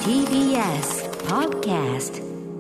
TBS Podcast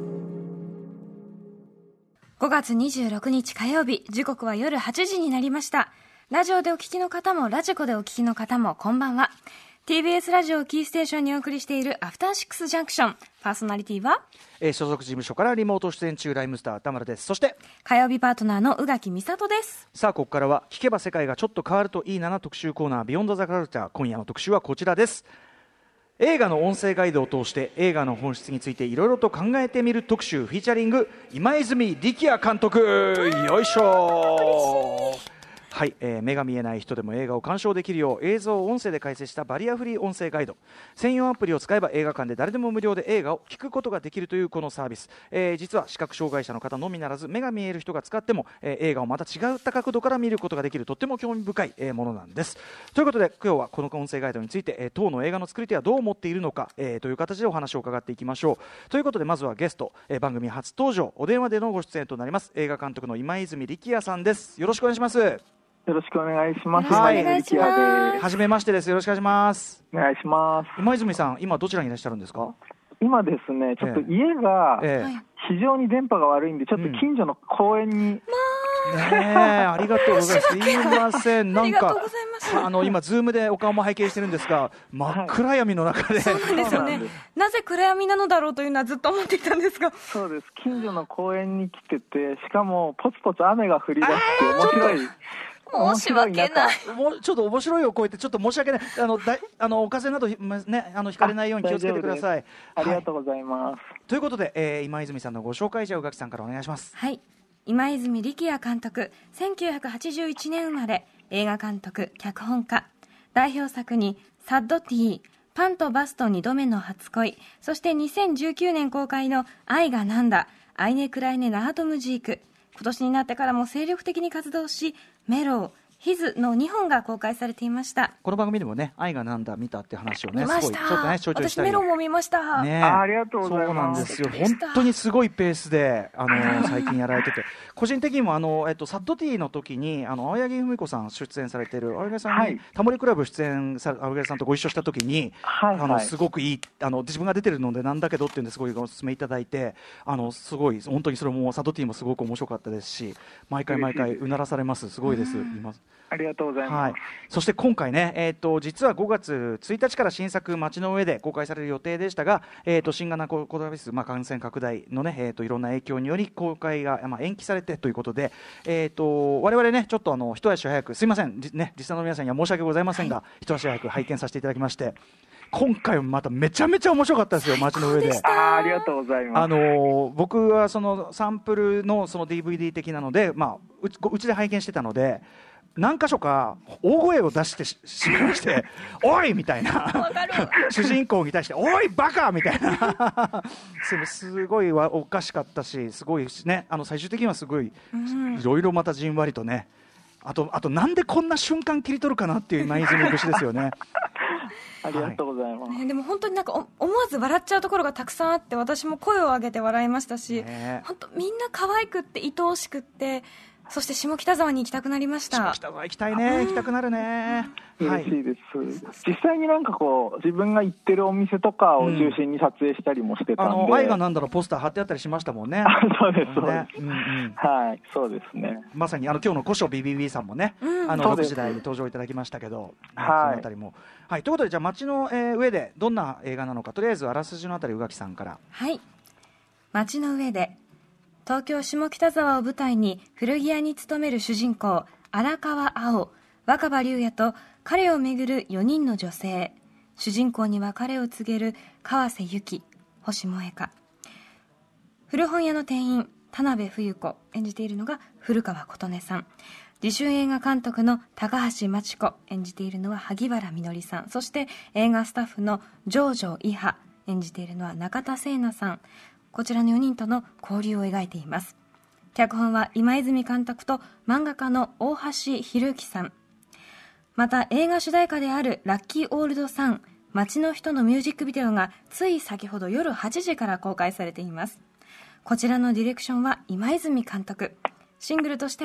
5月26日火曜日、時刻は夜8時になりました。ラジオでお聞きの方もラジコでお聞きの方もこんばんは。 TBS ラジオキーステーションにお送りしているアフターシックスジャンクション、パーソナリティは所属事務所からリモート出演中ライムスター田村です。そして火曜日パートナーの宇垣美里です。 さあここからは聞けば世界がちょっと変わるといいなな特集コーナービヨンドザカルチャー。今夜の特集はこちらです。映画の音声ガイドを通して映画の本質についていろいろと考えてみる特集、フィーチャリング今泉力也監督。よいしょ。はい、目が見えない人でも映画を鑑賞できるよう映像を音声で解説したバリアフリー音声ガイド。専用アプリを使えば映画館で誰でも無料で映画を聞くことができるというこのサービス、実は視覚障害者の方のみならず目が見える人が使っても、映画をまた違った角度から見ることができるとっても興味深い、ものなんです。ということで今日はこの音声ガイドについて、当の映画の作り手はどう思っているのか、という形でお話を伺っていきましょう。ということでまずはゲスト、番組初登場お電話でのご出演となります映画監督の今泉力也さんです。よろしくお願いします。 よろしくお願いします。 はい、お願いします。 はじめましてです。よろしくお願いします。 お願いします。 今泉さん、今どちらにいらっしゃるんですか？ 今ですね、ちょっと家が非常に電波が悪いんで、ちょっと近所の公園に、 ありがとうございます。すいません、なんか今ズームでお顔も拝見してるんですが、真っ暗闇の中で、 そうなんですよね。なぜ暗闇なのだろうというのはずっと思っていたんですが、 そうです、近所の公園に来てて、しかもポツポツ雨が降り出して面白い。 申し訳ない。 もうちょっと面白いを超えてちょっと申し訳ない。お風邪などね、ひかれないように気をつけてください。 ありがとうございます。 はい、ということで、今泉さんのご紹介、じゃあ宇垣さんからお願いします。 はい、今泉力也監督、1981年生まれ、映画監督、脚本家。代表作にサッドティー、パンとバスと2度目の初恋、そして2019年公開の愛がなんだ、アイネ・クライネ・ナートムジーク。今年になってからも精力的に活動し、メロー、ヒズの2本が公開されていました。 この番組でもね、愛がなんだ見たって話をね、 見ました。 すごいちょっとね、象徴したい。 私メロも見ました。 ね、 ありがとうございます。 そうなんですよ。本当にすごいペースで最近やられてて、個人的にもサッドティーの時に青柳文子さん出演されている青柳さんに、タモリクラブ出演さ青柳さんとご一緒した時に、すごくいい自分が出てるのでなんだけどっていうんですごいお勧めいただいて、すごい本当にそれもサッドティーもすごく面白かったですし、毎回うならされます。すごいです。 ありがとうございます。 はい、そして今回ね、実は5月1日から新作街の上で公開される予定でしたが、新型コロナウイルス、感染拡大のね、いろんな影響により公開が、延期されてということで、我々ねちょっと一足早く、すいませんね、実際の皆さんには申し訳ございませんが、一足早く拝見させていただきまして、今回もまためちゃめちゃ面白かったですよ。街の上で。 ありがとうございます。 僕はそのサンプルのその DVD 的なので、うちで拝見してたので、何箇所か大声を出してしまいましておいみたいな主人公に対しておいバカみたいなすごいおかしかったし、すごいね、最終的にはすごいいろいろまたじんわりとね、あとなんでこんな瞬間切り取るかなっていう今泉節ですよね。 ありがとうございます。 でも本当になんか思わず笑っちゃうところがたくさんあって、私も声を上げて笑いましたし、本当みんな可愛くって愛おしくって、そして下北沢に行きたくなりました。 下北沢行きたいね、行きたくなるね。 嬉しいです。実際になんかこう自分が行ってるお店とかを中心に撮影したりもしてたんで、 愛がなんだろうポスター貼ってあったりしましたもんね。 そうですそうです、はい、そうですね。 まさに今日の古書 BBB さんもね、6時台に登場いただきましたけど、そのあたりも、はい、ということで、じゃあ街の上でどんな映画なのか、とりあえずあらすじのあたり宇垣さんから。 はい、街の上で、東京下北沢を舞台に古着屋に勤める主人公荒川青、若葉龍也と彼をめぐる4人の女性。主人公には彼を告げる川瀬由紀、星萌香。古本屋の店員田辺冬子、演じているのが古川琴音さん。自主映画監督の高橋真知子、演じているのは萩原みのりさん。そして映画スタッフの城城伊波、演じているのは中田聖奈さん。こちらの4人との交流を描いています。脚本は今泉監督と漫画家の大橋弘之さん。また映画主題歌であるラッキーオールドサン、街の人のミュージックビデオがつい先ほど夜8時から公開されています。こちらのディレクションは今泉監督。シングルとしては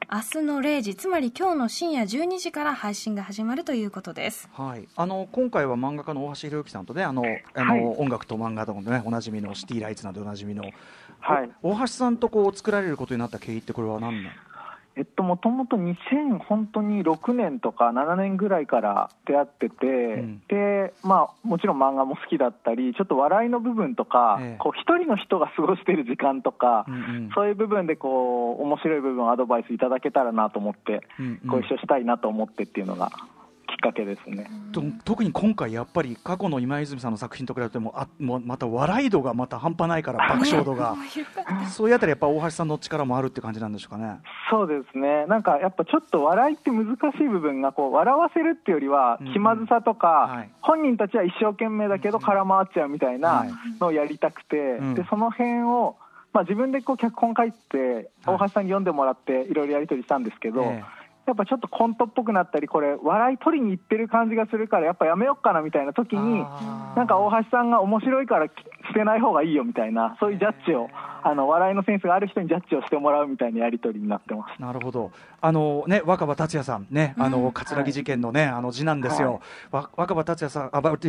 明日の0時、つまり今日の深夜12時から配信が始まるということです。 はい、今回は漫画家の大橋弘之さんとね、音楽と漫画とねおなじみのシティライツなどおなじみの、はい、大橋さんとこう作られることになった経緯ってこれは何なの？ もともと2006年とか7年ぐらいから出会ってて、でもちろん漫画も好きだったり、ちょっと笑いの部分とか、こう一人の人が過ごしている時間とか、そういう部分でこう面白い部分をアドバイスいただけたらなと思って、ご一緒したいなと思ってっていうのがきっかけですね。 特に今回やっぱり過去の今泉さんの作品と比べてもまた笑い度がまた半端ないから爆笑度が、そういうあたりやっぱ大橋さんの力もあるって感じなんでしょうかね。 そうですね、なんかやっぱちょっと笑いって難しい部分がこう笑わせるっていうよりは気まずさとか、本人たちは一生懸命だけど空回っちゃうみたいなのをやりたくて、でその辺を、自分でこう脚本書いて大橋さんに読んでもらっていろいろやり取りしたんですけど、やっぱちょっとコントっぽくなったり、これ笑い取りに行ってる感じがするからやっぱやめよっかなみたいな時に、なんか大橋さんが面白いから捨てない方がいいよみたいな、そういうジャッジを笑いのセンスがある人にジャッジをしてもらうみたいなやり取りになってます。 なるほど。若葉達也さんね、葛城事件のね、次男ですよ、若葉達也さん、龍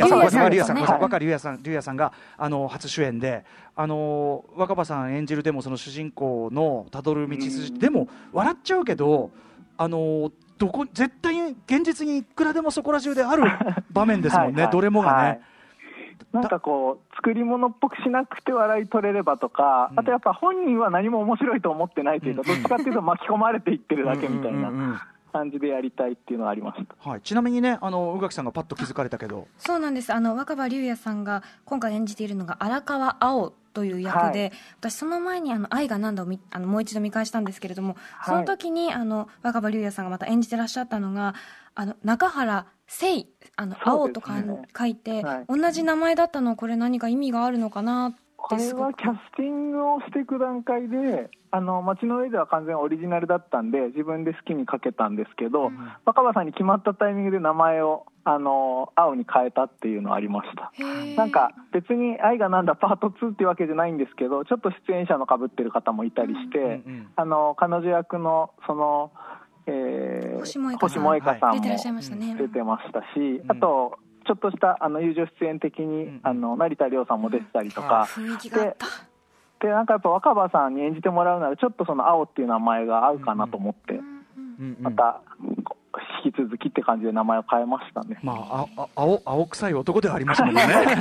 也さんが初主演で、若葉さん演じるでもその主人公のたどる道筋でも笑っちゃうけど、絶対に現実にいくらでもそこら中である場面ですもんね。どれもがね、 なんかこう作り物っぽくしなくて笑い取れればとか、あとやっぱ本人は何も面白いと思ってないというか、どっちかっていうと巻き込まれていってるだけみたいな感じでやりたいっていうのがありました。 はい、ちなみにね、宇垣さんがパッと気づかれたけど、 そうなんです。若葉龍也さんが今回演じているのが荒川青という役で、私その前に愛がなんだをもう一度見返したんですけれども、その時に若葉龍也さんがまた演じてらっしゃったのが中原聖、青とか書いて、同じ名前だったの、これ何か意味があるのかなって。 これはキャスティングをしていく段階で街の上では完全オリジナルだったんで自分で好きにかけたんですけど、若葉さんに決まったタイミングで名前を青に変えたっていうのはありました。なんか別に愛がなんだパート2っていうわけじゃないんですけど、ちょっと出演者の被ってる方もいたりして、彼女役のその星萌香さんも出てらっしゃいましたね。 出てましたし、あとちょっとした友情出演的に成田凌さんも出てたりとか、 雰囲気があった。 でなんかやっぱ若葉さんに演じてもらうならちょっとその青っていう名前が合うかなと思って、また引き続きって感じで名前を変えましたね。 青臭い男ではありますもんね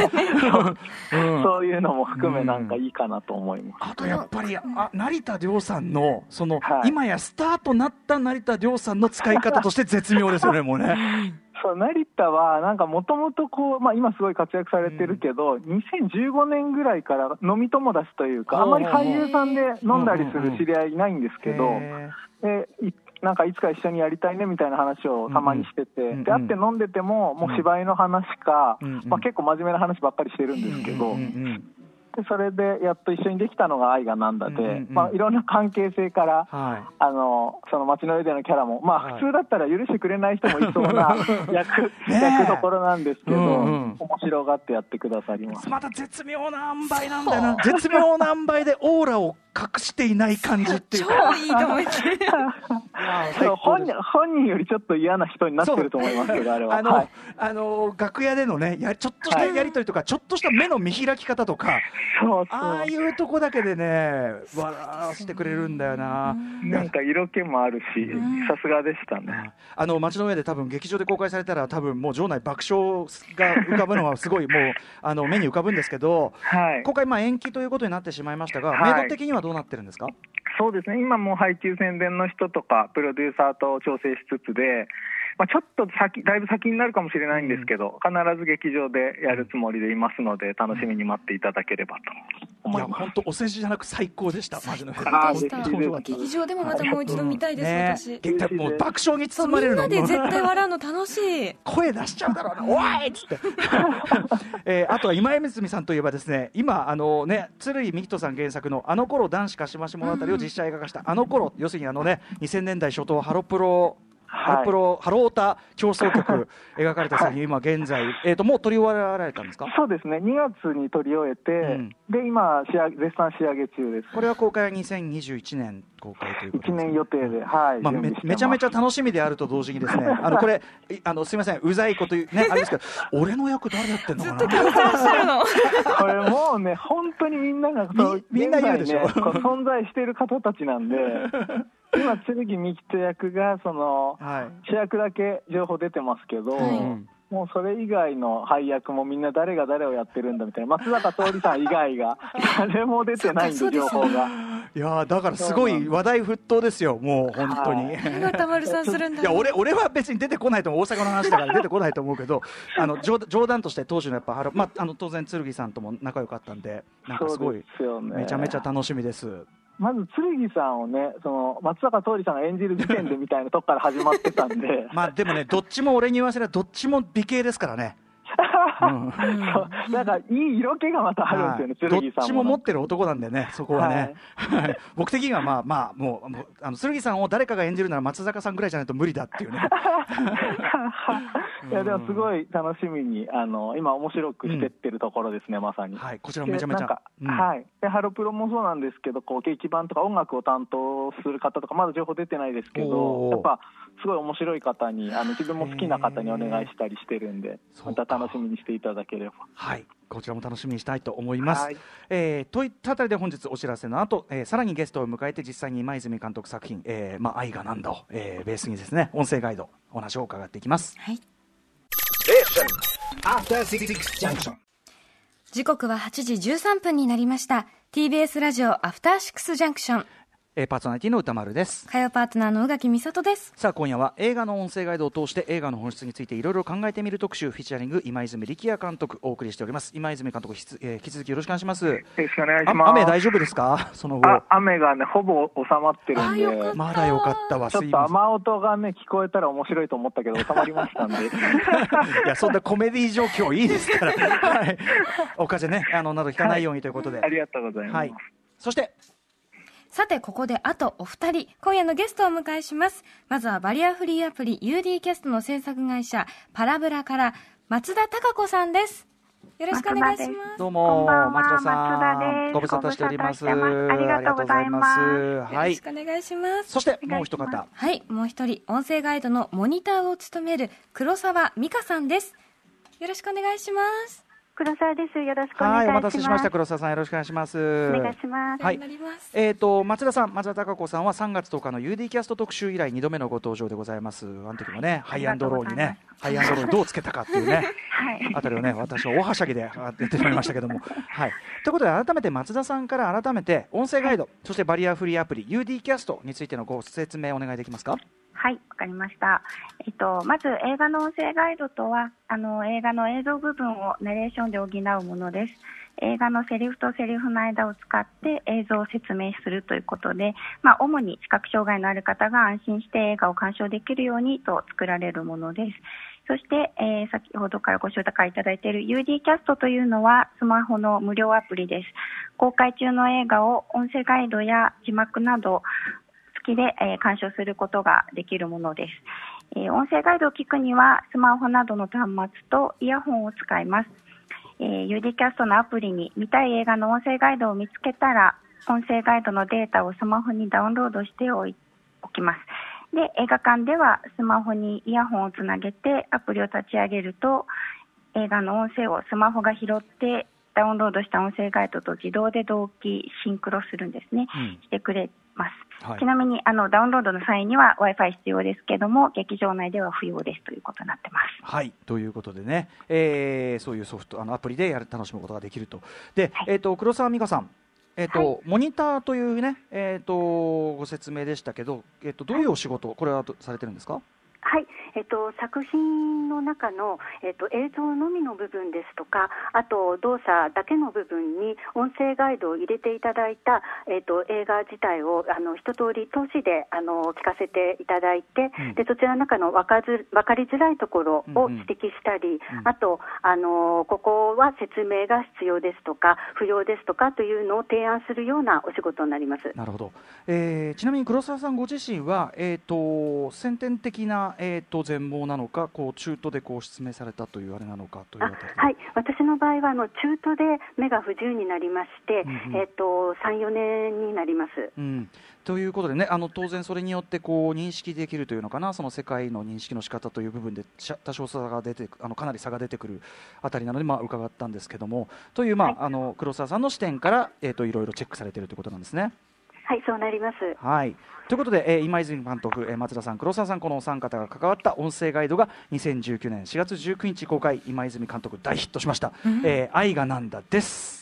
そういうのも含めなんかいいかなと思います。 あとやっぱり成田凌さんのその、今やスターとなった成田凌さんの使い方として絶妙ですよねもうね。 そう成田はなんかもともとこう、今すごい活躍されてるけど、2015年ぐらいから飲み友達というか、あんまり俳優さんで飲んだりする知り合いいないんですけど、なんかいつか一緒にやりたいねみたいな話をたまにしてて、で会って飲んでてももう芝居の話か、結構真面目な話ばっかりしてるんですけど、でそれでやっと一緒にできたのが愛がなんだで、いろんな関係性から、その街の上でのキャラも、普通だったら許してくれない人もいそうな役どころなんですけど、面白がってやってくださります。 また絶妙な塩梅なんだよな。絶妙な塩梅でオーラを隠していない感じっていう。 超いいと思います本人よりちょっと嫌な人になってると思いますけど、あれは楽屋でのねちょっとしたやり取りとか、ちょっとした目の見開き方とか、ああいうとこだけでね笑わせてくれるんだよな。 なんか色気もあるし、さすがでしたね。 街の上で多分劇場で公開されたら多分もう場内爆笑が浮かぶのはすごいもう目に浮かぶんですけど、今回延期ということになってしまいましたが、メイド的にはどうなってるんですか？ そうですね、今も配給宣伝の人とかプロデューサーと調整しつつで、ちょっとだいぶ先になるかもしれないんですけど、必ず劇場でやるつもりでいますので、楽しみに待っていただければと思います。 本当お世辞じゃなく最高でした。マジの劇場でもまたもう一度見たいです。 私もう爆笑に包まれるの、 みんなで絶対笑うの楽しい。 声出しちゃうだろうな、おいっつってあとは今泉さんといえばですね、今鶴井美人さん原作のあの頃男子かしまし物語を実写映画化したあの頃、要するに2000年代初頭ハロプロハロータ競争曲描かれた作品、今現在、もう撮り終わられたんですか？ そうですね、2月に撮り終えて、で今絶賛仕上げ中です。 これは公開は2021年公開ということですか？ 1年予定で、はい。 めちゃめちゃ楽しみであると同時にですね、これすみません、うざいこと言うね、あれですけど、俺の役誰やってんのかな。ずっと緊張してるの。 これもうね、本当にみんながみんな言うでしょ。 存在している方たちなんで。今、剣美希役が主役だけ情報出てますけど、もうそれ以外の配役もみんな誰が誰をやってるんだみたいな、松坂桃李さん以外が誰も出てないんで、情報が。 いやだからすごい話題沸騰ですよ、もう本当に。 田丸さんするんだ。 いや俺は別に出てこないと思う、大阪の話だから出てこないと思うけど、冗談として当時のやっぱ当然剣さんとも仲良かったんで、なんかすごいめちゃめちゃ楽しみです。 まず剣さんをね、松坂桃李さんが演じる時点でみたいなとこから始まってたんででもね、どっちも俺に言わせればどっちも美形ですからね。 なんかいい色気がまたあるんですよね、剣さんも。 どっちも持ってる男なんでね、そこはね。僕的にはもう剣さんを誰かが演じるなら松坂さんぐらいじゃないと無理だっていうね。 いやでもすごい楽しみに今面白くしてってるところですね、まさに。 こちらめちゃめちゃ。 でハロプロもそうなんですけど、劇版とか音楽を担当する方とかまだ情報出てないですけど、やっぱすごい面白い方に自分も好きな方にお願いしたりしてるんで、また楽しみにしていただければ。 こちらも楽しみにしたいと思います。といったあたりで本日お知らせの後、さらにゲストを迎えて実際に今泉監督作品、愛がなんだを、ベースにですね、音声ガイドお話を伺っていきます。 時刻は8時13分になりました。 TBS ラジオアフターシックスジャンクション、 パーソナリティの歌丸です。 火曜パートナーの宇垣美里です。 さあ今夜は映画の音声ガイドを通して映画の本質についていろいろ考えてみる特集、フィーチャリング今泉力也監督お送りしております。今泉監督、引き続きよろしくお願いします。 よろしくお願いします。 雨大丈夫ですか？その後雨がねほぼ収まってるんで、 まだよかったわ。 ちょっと雨音がね聞こえたら面白いと思ったけど収まりましたんでいやそんなコメディ状況いいですからお風邪ねなどひかないようにということで、 ありがとうございます。 そしてさてここであとお二人、今夜のゲストをお迎えします。まずはバリアフリーアプリ UD キャストの制作会社パラブラから松田貴子さんです。よろしくお願いします。 どうも松田さん、ご無沙汰しております。 ありがとうございます。 よろしくお願いします。 そしてもう一方、 もう一人音声ガイドのモニターを務める黒沢美香さんです。よろしくお願いします。 黒沢です。よろしくお願いします。 お待たせしました。黒沢さんよろしくお願いします。 お願いします。 松田さん、松田貴子さんは3月10日の UD キャスト特集以来2度目のご登場でございます。あの時もねハイアンドローにね、ハイアンドローにどうつけたかっていうねあたりをね私は大はしゃぎでやってしまいましたけどもということで改めて松田さんから改めて音声ガイド、そしてバリアフリーアプリ UD キャストについてのご説明お願いできますか？ はい、わかりました。まず映画の音声ガイドとは映画の映像部分をナレーションで補うものです。映画のセリフとセリフの間を使って映像を説明するということで、主に視覚障害のある方が安心して映画を鑑賞できるようにと作られるものです。そして、先ほどからご紹介いただいている UD キャストというのはスマホの無料アプリです。公開中の映画を音声ガイドや字幕など付きで、鑑賞することができるものです。音声ガイドを聞くにはスマホなどの端末とイヤホンを使います。UD キャストのアプリに見たい映画の音声ガイドを見つけたら音声ガイドのデータをスマホにダウンロードしておきます。で、映画館ではスマホにイヤホンをつなげてアプリを立ち上げると映画の音声をスマホが拾ってダウンロードした音声ガイドと自動で同期シンクロするんですね、してくれます。ちなみにダウンロードの際には Wi-Fi 必要ですけども劇場内では不要ですということになってます。 ということでね、そういうソフトアプリで楽しむことができると。で、黒沢美香さん、モニターというね、ご説明でしたけど、どういうお仕事これはされてるんですか？ はい、 作品の中の、映像のみの部分ですとか、あと動作だけの部分に音声ガイドを入れていただいた、映画自体を一通り通しで聞かせていただいて、でそちらの中の分かりづらいところを指摘したり、あとここは説明が必要ですとか不要ですとかというのを提案するようなお仕事になります。 なるほど。ちなみに黒沢さんご自身は、先天的な、全盲なのか、中途で失明されたというあれなのかというあたり。 はい、私の場合は中途で目が不自由になりまして、3、4年になります。 ということでね、当然それによって認識できるというのかな、その世界の認識の仕方という部分で多少差が出てかなり差が出てくるあたりなので、伺ったんですけども、という、黒沢さんの視点から、いろいろチェックされているということなんですね。 はい、そうなります。 はい、ということで、今泉監督、松田さん、黒沢さん、このお三方が関わった音声ガイドが2019年4月19日公開、今泉監督大ヒットしました、愛がなんだです。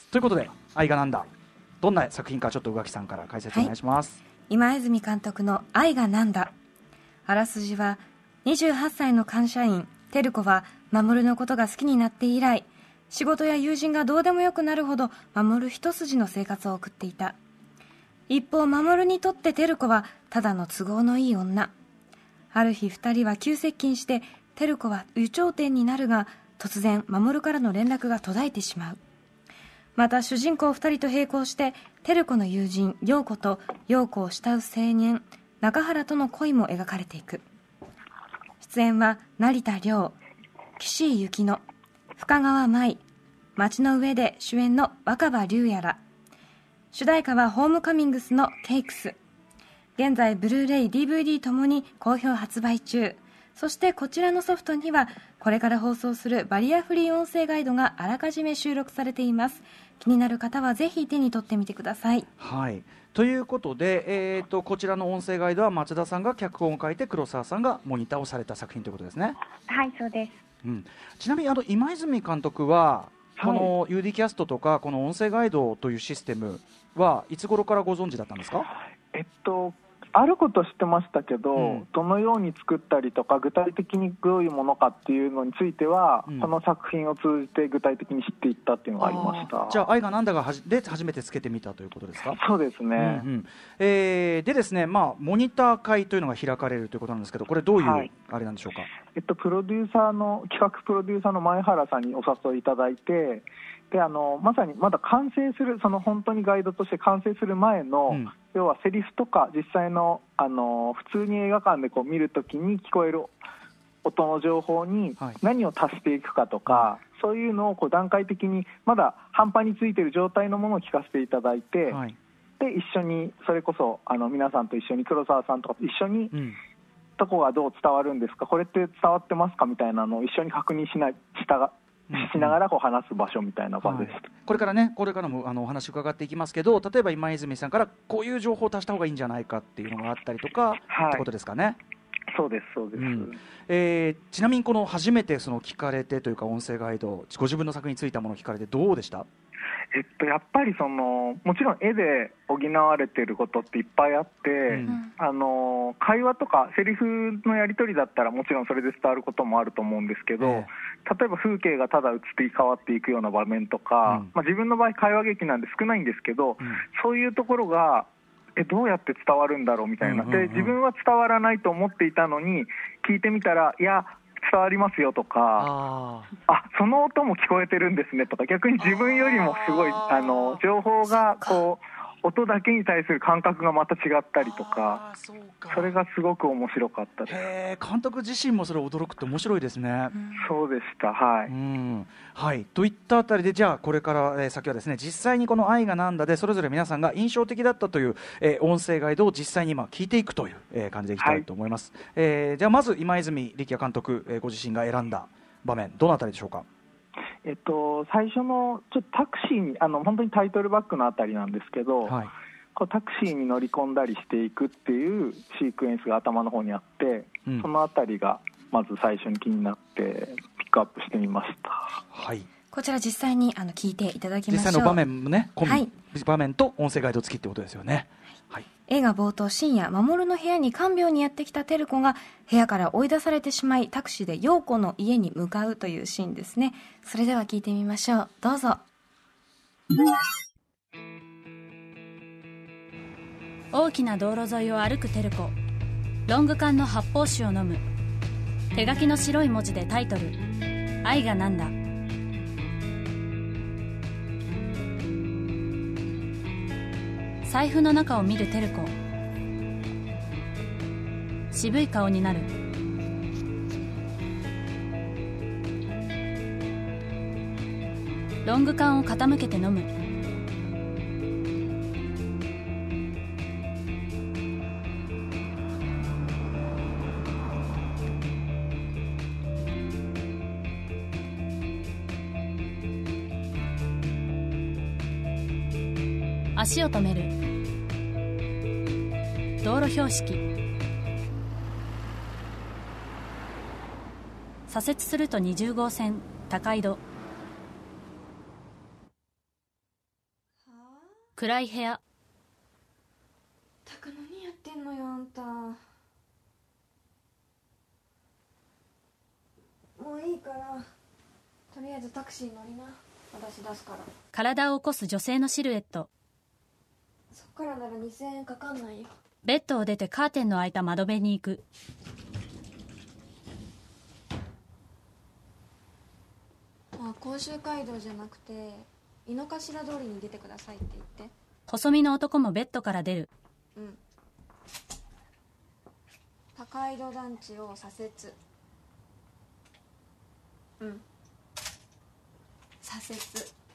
ということで、愛がなんだ、どんな作品かちょっと宇垣さんから解説お願いします。 今泉監督の愛がなんだ。あらすじは、28歳の会社員照子は守のことが好きになって以来、仕事や友人がどうでもよくなるほど守一筋の生活を送っていた。一方、守にとって照子はただの都合のいい女。ある日2人は急接近して、照子は有頂天になるが、突然守からの連絡が途絶えてしまう。また主人公2人と並行して、照子の友人陽子と陽子を慕う青年中原との恋も描かれていく。出演は成田凌、岸井ゆきの、深川舞、街の上で主演の若葉龍也ら。主題歌はホームカミングスのケイクス。現在ブルーレイ DVD ともに好評発売中。そしてこちらのソフトにはこれから放送するバリアフリー音声ガイドがあらかじめ収録されています。気になる方はぜひ手に取ってみてください。 はい、ということで、こちらの音声ガイドは松田さんが脚本を書いて黒沢さんがモニターをされた作品ということですね。 はい、そうです。 ちなみに今泉監督はこの UD キャストとかこの音声ガイドというシステムはいつ頃からご存知だったんですか？ あること知ってましたけど、どのように作ったりとか具体的にどういうものかっていうのについては、この作品を通じて具体的に知っていったっていうのがありました。 じゃあ愛がなんだがで初めてつけてみたということですか？ そうですね。 でですね、モニター会というのが開かれるということなんですけど、これどういうあれなんでしょうか？ プロデューサーの企画プロデューサーの前原さんにお誘いいただいて、でまさにまだ完成する、その本当にガイドとして完成する前の、要はセリフとか実際の、普通に映画館で見るときに聞こえる音の情報に何を足していくかとか、そういうのを段階的にまだ半端についている状態のものを聞かせていただいて、で一緒にそれこそ皆さんと一緒に黒沢さんとかと一緒に、どこがどう伝わるんですか、これって伝わってますかみたいなのを一緒に確認しながら話す場所みたいな場です。 これからもお話伺っていきますけど、例えば今泉さんからこういう情報を足した方がいいんじゃないかっていうのがあったりとか、ってことですかね。 そうですそうです。 ちなみにこの初めて聞かれてというか音声ガイド、ご自分の作品についたものを聞かれてどうでした？ やっぱりもちろん絵で補われていることっていっぱいあって、会話とかセリフのやり取りだったらもちろんそれで伝わることもあると思うんですけど、例えば風景がただ移って変わっていくような場面とか、自分の場合会話劇なんで少ないんですけど、そういうところがどうやって伝わるんだろうみたいな、で自分は伝わらないと思っていたのに聞いてみたら、いや伝わりますよとか、その音も聞こえてるんですねとか、逆に自分よりもすごい情報が音だけに対する感覚がまた違ったりとか、それがすごく面白かったです。 監督自身もそれ驚くって面白いですね。 そうでした。 はい、といったあたりで、じゃあこれから先はですね、実際にこの愛がなんだでそれぞれ皆さんが印象的だったという、音声ガイドを実際に聞いていくという、感じでいきたいと思います。じゃあまず今泉力也監督、ご自身が選んだ場面、どのあたりでしょうか？ 最初のちょっとタクシーに本当にタイトルバックのあたりなんですけど、タクシーに乗り込んだりしていくっていうシークエンスが頭の方にあって、そのあたりがまず最初に気になってピックアップしてみました。 こちら実際に聞いていただきましょう。 実際の場面もね、 はい、 場面と音声ガイド付きってことですよね。はい、 映画冒頭、深夜、守の部屋に看病にやってきた照子が部屋から追い出されてしまい、タクシーで陽子の家に向かうというシーンですね。それでは聞いてみましょう。どうぞ。 大きな道路沿いを歩く照子。ロング缶の発泡酒を飲む。手書きの白い文字でタイトル、愛がなんだ。財布の中を見る照子。渋い顔になる。ロング缶を傾けて飲む。足を止める。道路標識。左折すると20号線高井戸。暗い部屋。 タカ何やってんのよあんた。もういいからとりあえずタクシー乗りな。私出すから。 体を起こす女性のシルエット。 そっからなら2000円かかんないよ。 ベッドを出てカーテンの開いた窓辺に行く。 甲州街道じゃなくて井の頭通りに出てくださいって言って。 細身の男もベッドから出る。 うん。高井戸団地を左折。うん。左折。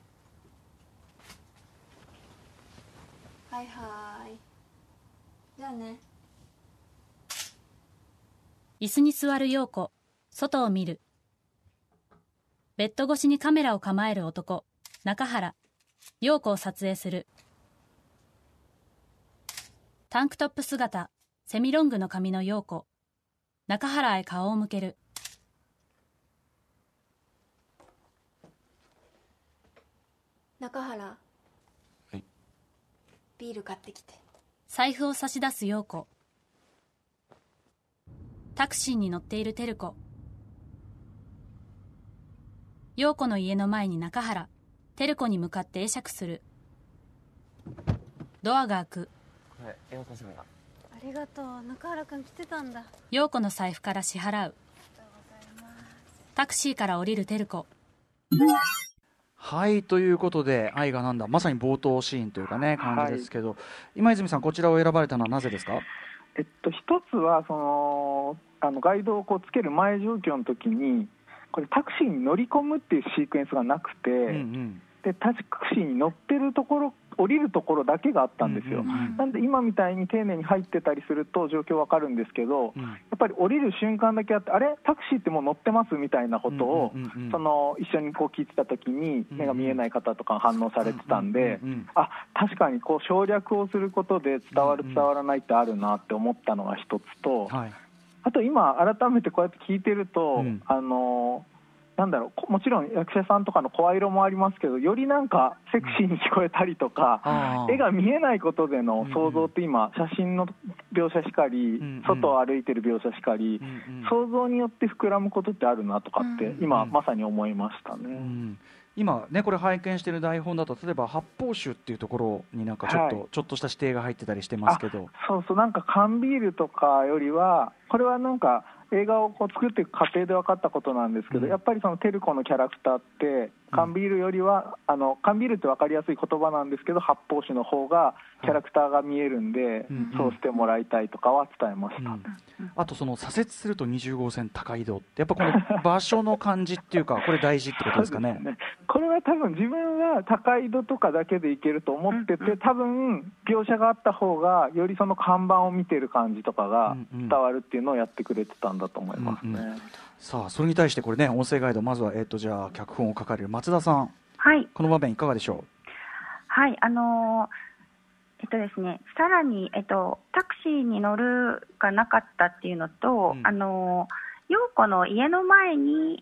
はいはい。じゃあね。 椅子に座る陽子。外を見る。ベッド越しにカメラを構える男、中原。陽子を撮影する。タンクトップ姿、セミロングの髪の陽子。中原へ顔を向ける。 中原。 はい。 ビール買ってきて。 財布を差し出す陽子。タクシーに乗っている照子。陽子の家の前に中原。照子に向かって会釈する。ドアが開く。 これ陽子さんが。 ありがとう。中原くん来てたんだ。 陽子の財布から支払う。タクシーから降りる照子。 はい、ということで愛がなんだ、まさに冒頭シーンというかね感じですけど、はい、今泉さんこちらを選ばれたのはなぜですか？ 一つはガイドをつける前状況の時にこれタクシーに乗り込むっていうシークエンスがなくて、でタクシーに乗ってるところ降りるところだけがあったんですよ、なんで今みたいに丁寧に入ってたりすると状況わかるんですけど、やっぱり降りる瞬間だけあって、あれタクシーってもう乗ってますみたいなことを、一緒に聞いてた時に目が見えない方とか反応されてたんで、あ、確かに省略をすることで伝わる伝わらないってあるなって思ったのが一つと、あと今改めてこうやって聞いてると、なんだろう、もちろん役者さんとかの声色もありますけど、よりなんかセクシーに聞こえたりとか、絵が見えないことでの想像って今写真の描写しかり、外を歩いてる描写しかり、想像によって膨らむことってあるなとかって今まさに思いましたね。 今ねこれ拝見している台本だと例えば発泡酒っていうところになんかちょっとした指定が入ってたりしてますけど、 そうそう、なんか缶ビールとかよりはこれはなんか映画を作っていく過程で分かったことなんですけど、やっぱりその照子のキャラクターって缶ビールよりは缶ビールって分かりやすい言葉なんですけど、発泡酒の方がキャラクターが見えるんで、そうしてもらいたいとかは伝えました。 あとその左折すると20号線高井戸ってやっぱこの場所の感じっていうかこれ大事ってことですかね。 これは多分自分は高井戸とかだけでいけると思ってて、多分描写があった方がよりその看板を見てる感じとかが伝わるっていうのをやってくれてたんだと思いますね。 さあそれに対してこれね音声ガイドまずはじゃあ脚本を書かれる松田さん、 はい、 この場面いかがでしょう？ はい、ですね、さらに、タクシーに乗るがなかったっていうのと、陽子の家の前に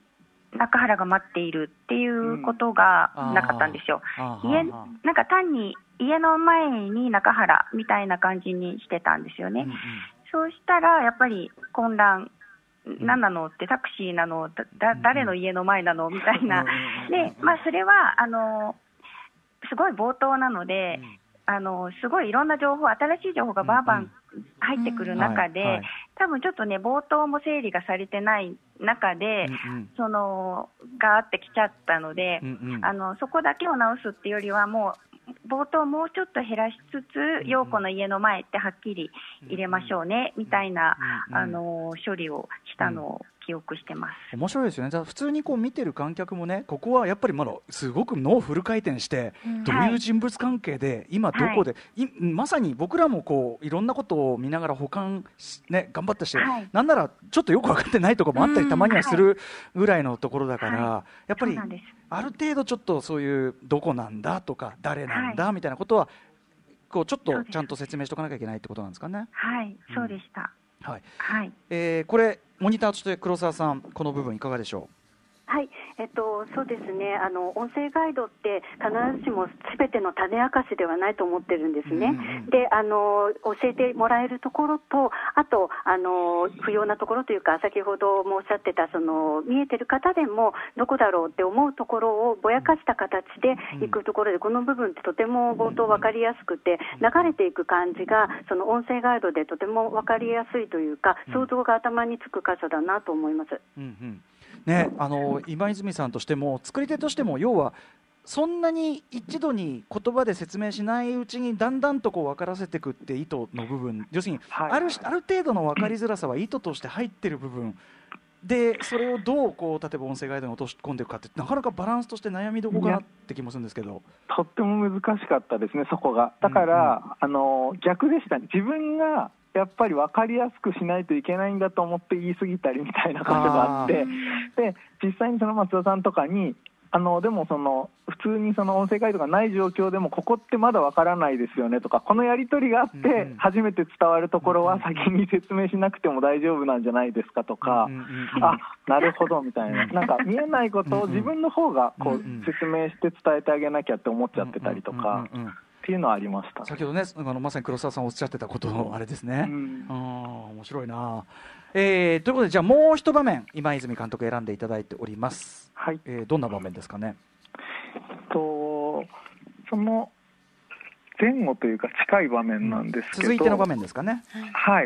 中原が待っているっていうことがなかったんですよ。なんか単に家の前に中原みたいな感じにしてたんですよね。そうしたらやっぱり混乱、何なのってタクシーなの、誰の家の前なのみたいな。で、それはすごい冒頭なので、すごいいろんな情報、新しい情報がバンバン入ってくる中で、多分ちょっとね、冒頭も整理がされてない中で、ガーってきちゃったので、そこだけを直すっていうよりは、もう冒頭もうちょっと減らしつつ、陽子の家の前ってはっきり入れましょうねみたいな処理をしたのを記憶してます。 面白いですよね。普通にこう見てる観客もね、ここはやっぱりまだすごく脳フル回転して、どういう人物関係で、今どこで、まさに僕らもこういろんなことを見ながら保管ね、頑張ってして、なんならちょっとよく分かってないところもあったりたまにはするぐらいのところだから、やっぱりある程度ちょっとそういうどこなんだとか誰なんだみたいなことはこうちょっとちゃんと説明しておかなきゃいけないってことなんですかね。 はい、そうでした。 はい、これモニターとして黒沢さん、この部分いかがでしょう。 はい、そうですね、音声ガイドって必ずしもすべての種明かしではないと思ってるんですね。で、教えてもらえるところと、あと不要なところというか、先ほどもおっしゃってた見えてる方でもどこだろうって思うところをぼやかした形でいくところで、この部分ってとても冒頭分かりやすくて、流れていく感じが音声ガイドでとても分かりやすいというか、想像が頭につく箇所だなと思います。 ね、今泉さんとしても作り手としても、要はそんなに一度に言葉で説明しないうちにだんだんとこう分からせていくって意図の部分、要するにある程度の分かりづらさは意図として入ってる部分で、それをどうこう例えば音声ガイドに落とし込んでいくかって、なかなかバランスとして悩みどころかなって気もするんですけど。 とっても難しかったですね、そこが。だから、逆でした。自分がやっぱり分かりやすくしないといけないんだと思って言い過ぎたりみたいなことがあって、で実際に松田さんとかにでも普通に音声ガイドがない状況でもここってまだ分からないですよねとか、このやり取りがあって初めて伝わるところは先に説明しなくても大丈夫なんじゃないですかとか、あ、なるほどみたいな、なんか見えないことを自分の方がこう説明して伝えてあげなきゃって思っちゃってたりとかっていうのはありました。 先ほどね、まさに黒沢さんおっしゃってたことのあれですね。面白いな。ということで、じゃあもう一場面今泉監督選んでいただいております。はい、どんな場面ですかね。 その前後というか近い場面なんですけど、 続いての場面ですかね。 はい、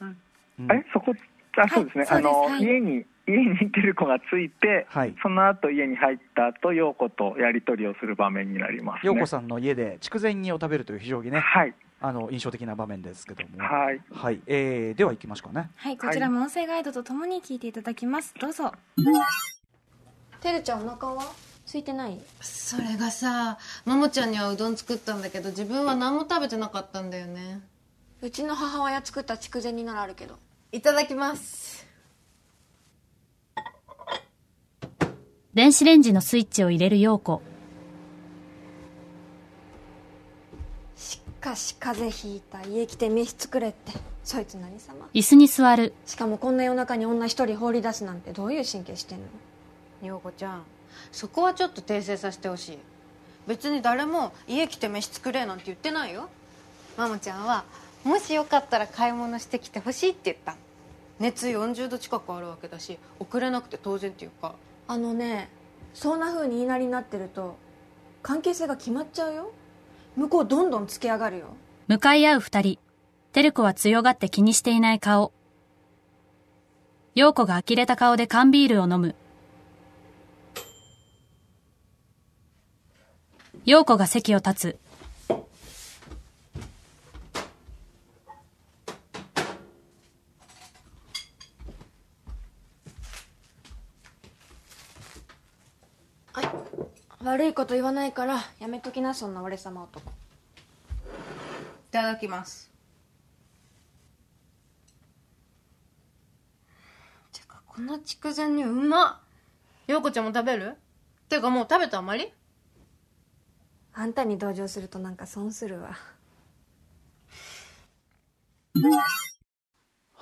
そうですね、家に照子がついて、その後家に入った後陽子とやり取りをする場面になりますね。 陽子さんの家で筑前煮を食べるという非常にね、印象的な場面ですけども、では行きましょうかね。 はい、こちらも音声ガイドとともに聞いていただきます。どうぞ。 てるちゃん、お腹は空いてない？ それがさ、ももちゃんにはうどん作ったんだけど、自分は何も食べてなかったんだよね。 うちの母親作った筑前煮ならあるけど。 いただきます。 電子レンジのスイッチを入れる陽子。 しかし風邪ひいた、家来て飯作れって、そいつ何様。 椅子に座る。 しかもこんな夜中に女一人放り出すなんて、どういう神経してんの。 陽子ちゃん、そこはちょっと訂正させてほしい。別に誰も家来て飯作れなんて言ってないよ。マモちゃんはもしよかったら買い物してきてほしいって言ったの。熱40度近くあるわけだし、遅れなくて当然っていうか。 そんな風に言いなりになってると関係性が決まっちゃうよ。向こうどんどんつけ上がるよ。 向かい合う二人。照子は強がって気にしていない顔。陽子が呆れた顔で缶ビールを飲む。陽子が席を立つ。 悪いこと言わないからやめときな、そんな俺様男。 いただきます。てかこの筑前煮うまっ。陽子ちゃんも食べる？てかもう食べた？あまり？ あんたに同情するとなんか損するわ。